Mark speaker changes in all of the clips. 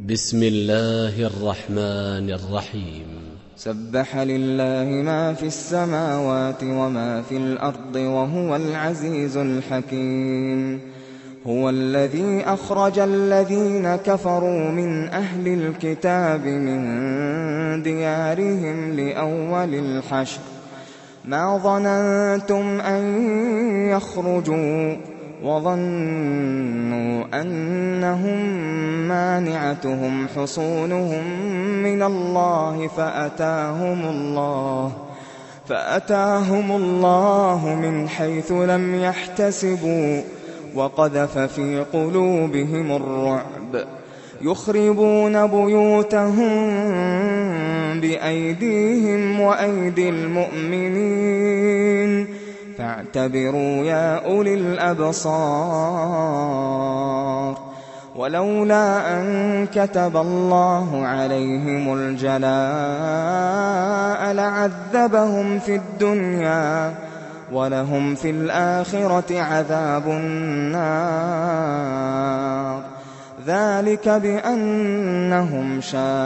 Speaker 1: بسم الله الرحمن الرحيم.
Speaker 2: سبح لله ما في السماوات وما في الأرض وهو العزيز الحكيم. هو الذي أخرج الذين كفروا من أهل الكتاب من ديارهم لأول الحشر ما ظننتم أن يخرجوا وظنوا أنهم مانعتهم حصونهم من الله فأتاهم الله من حيث لم يحتسبوا وقذف في قلوبهم الرعب يخربون بيوتهم بأيديهم وأيدي المؤمنين فاعتبروا يا أولي الأبصار. ولولا أن كتب الله عليهم الجلاء لعذبهم في الدنيا ولهم في الآخرة عذاب النار. ذلك بأنهم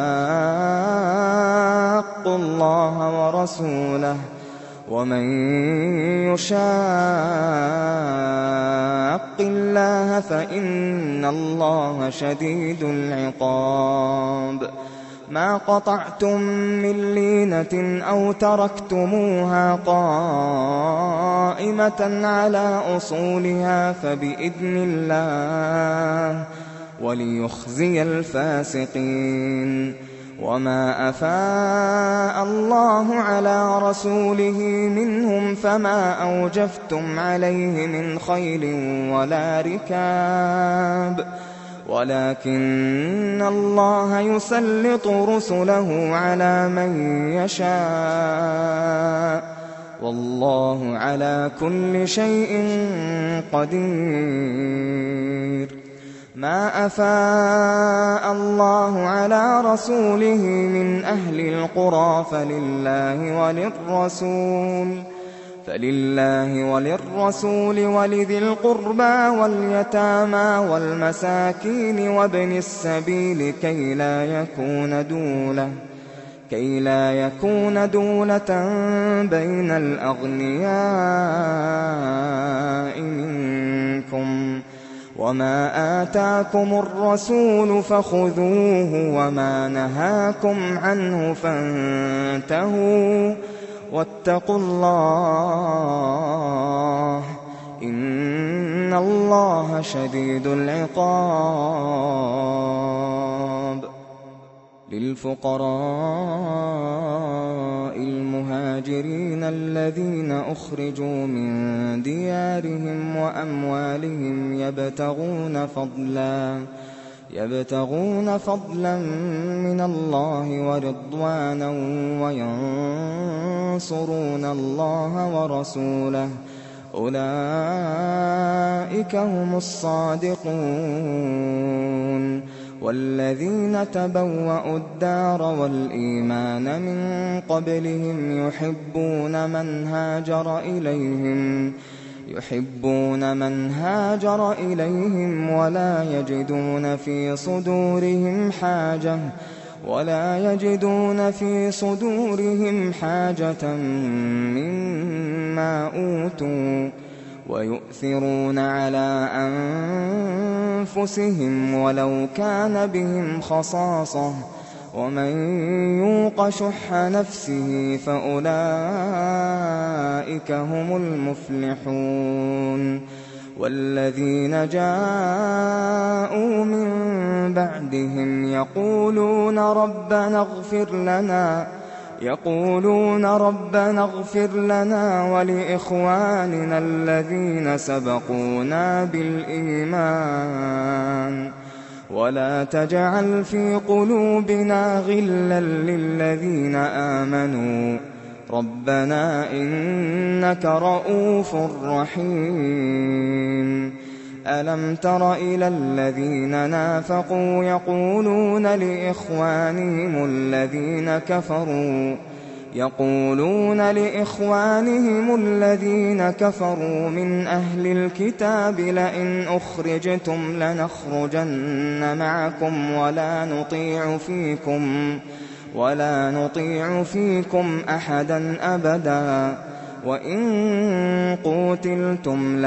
Speaker 2: شاقوا الله ورسوله ومن يشاق الله فإن الله شديد العقاب. ما قطعتم من لينة أو تركتموها قائمة على أصولها فبإذن الله وليخزي الفاسقين. وما أفاء الله على رسوله منهم فما أوجفتم عليه من خيل ولا ركاب ولكن الله يسلط رسله على من يشاء والله على كل شيء قدير. ما أفاء الله على رسوله من أهل القرى فلله وللرسول ولذي القربى واليتامى والمساكين وابن السبيل كي لا يكون دولة بين الأغنياء منكم. وما آتاكم الرسول فخذوه وما نهاكم عنه فانتهوا واتقوا الله إن الله شديد العقاب. للفقراء المهاجرين الذين أخرجوا من ديارهم وأموالهم يبتغون فضلا من الله ورضوانا وينصرون الله ورسوله أولئك هم الصادقون. والذين تبوأوا الدار والإيمان من قبلهم يحبون من هاجر إليهم ولا يجدون في صدورهم حاجة مما أوتوا ويؤثرون على أنفسهم ولو كان بهم خصاصة ومن يوق شح نفسه فأولئك هم المفلحون. والذين جاءوا من بعدهم يقولون ربنا اغفر لنا ولإخواننا الذين سبقونا بالإيمان ولا تجعل في قلوبنا غلا للذين آمنوا ربنا إنك رؤوف رحيم. ألم تر إلى الذين نافقوا يقولون يقولون لإخوانهم الذين كفروا من أهل الكتاب لئن أخرجتم لنخرجن معكم ولا نطيع فيكم أحدا أبدا وإن قوتلتم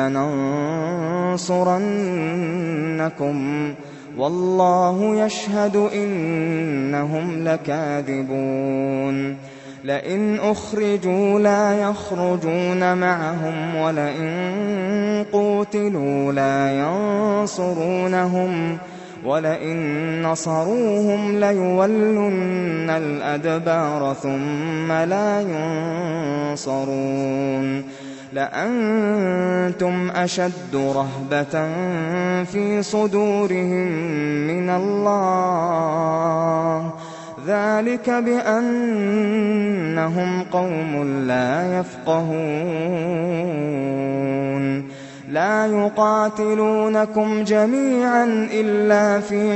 Speaker 2: لننصرنكم والله يشهد إنهم لكاذبون لئن أخرجوا لا يخرجون معهم ولئن قوتلوا لا ينصرونهم ولئن نصروهم ليولن الأدبار ثم لا ينصرون لأنتم أشد رهبة في صدورهم من الله ذلك بأنهم قوم لا يفقهون لا يقاتلونكم جميعا إلا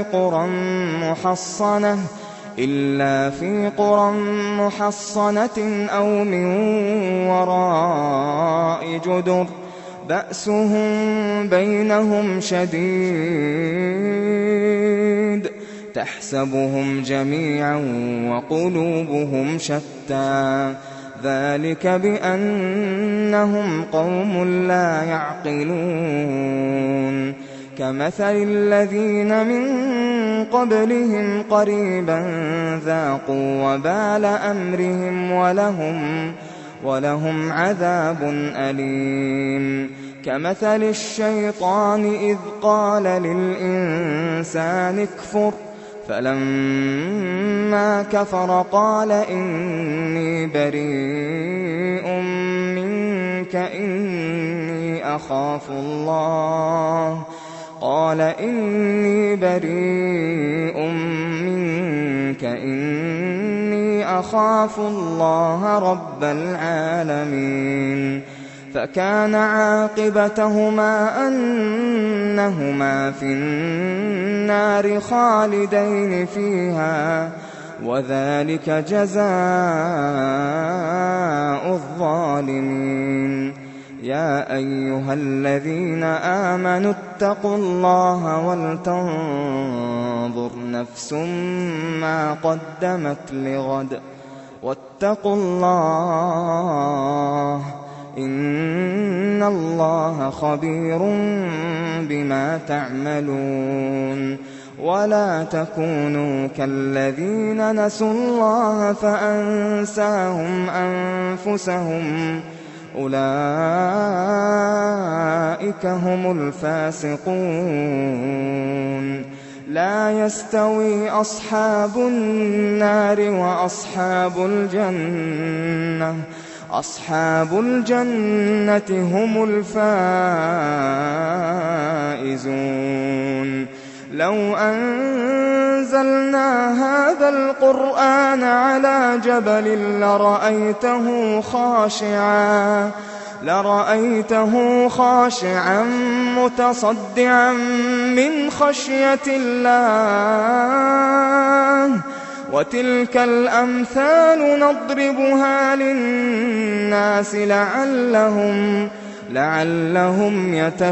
Speaker 2: في قرى محصنة أو من وراء جدر بأسهم بينهم شديد تحسبهم جميعا وقلوبهم شتى ذلك بأنهم قوم لا يعقلون كمثل الذين من قبلهم قريبا ذاقوا وبال أمرهم ولهم عذاب أليم كمثل الشيطان إذ قال للإنسان اكفر فلما كفر قال إني بريء منك إني أخاف الله رب العالمين فكان عاقبتهما أنهما في النار خالدين فيها وذلك جزاء الظالمين يا أيها الذين آمنوا اتقوا الله ولتنظر نفس ما قدمت لغد واتقوا الله إن الله خبير بما تعملون ولا تكونوا كالذين نسوا الله فأنساهم أنفسهم أولئك هم الفاسقون لا يستوي أصحاب النار أصحاب الجنة هم الفائزون لو أنزلنا هذا القرآن على جبل لرأيته خاشعا متصدعا من خشية الله وتلك الأمثال نضربها للناس لعلهم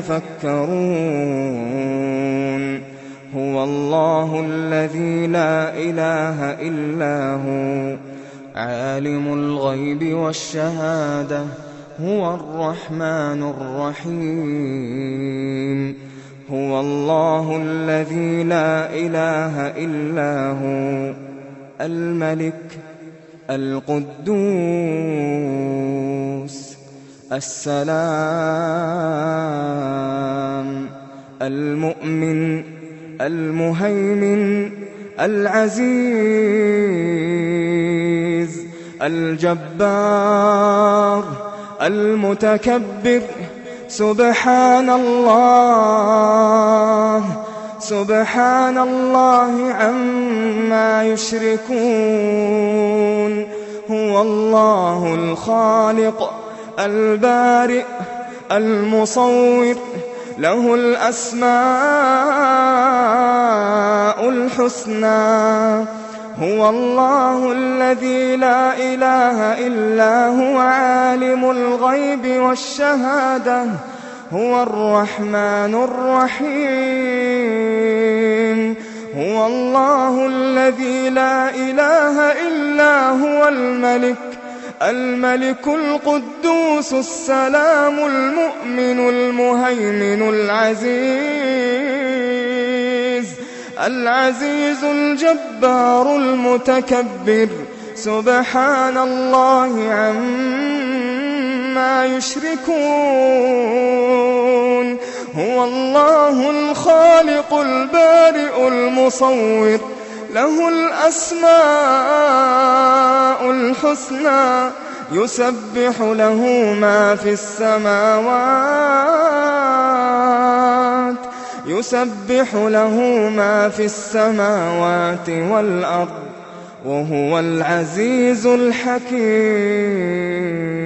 Speaker 2: يتفكرون هو الله الذي لا إله إلا هو عالم الغيب والشهادة هو الرحمن الرحيم هو الله الذي لا إله إلا هو الملك القدوس السلام المؤمن المهيمن العزيز الجبار المتكبر سبحان الله عما يشركون هو الله الخالق البارئ المصور له الأسماء الحسنى هو الله الذي لا إله إلا هو عالم الغيب والشهادة هو الرحمن الرحيم هو الله الذي لا إله إلا هو الملك القدوس السلام المؤمن المهيمن العزيز الجبار المتكبر سبحان الله عما يشركون هو الله الخالق البارئ المصور له الأسماء الحسنى يسبح له ما في السماوات والأرض وهو العزيز الحكيم.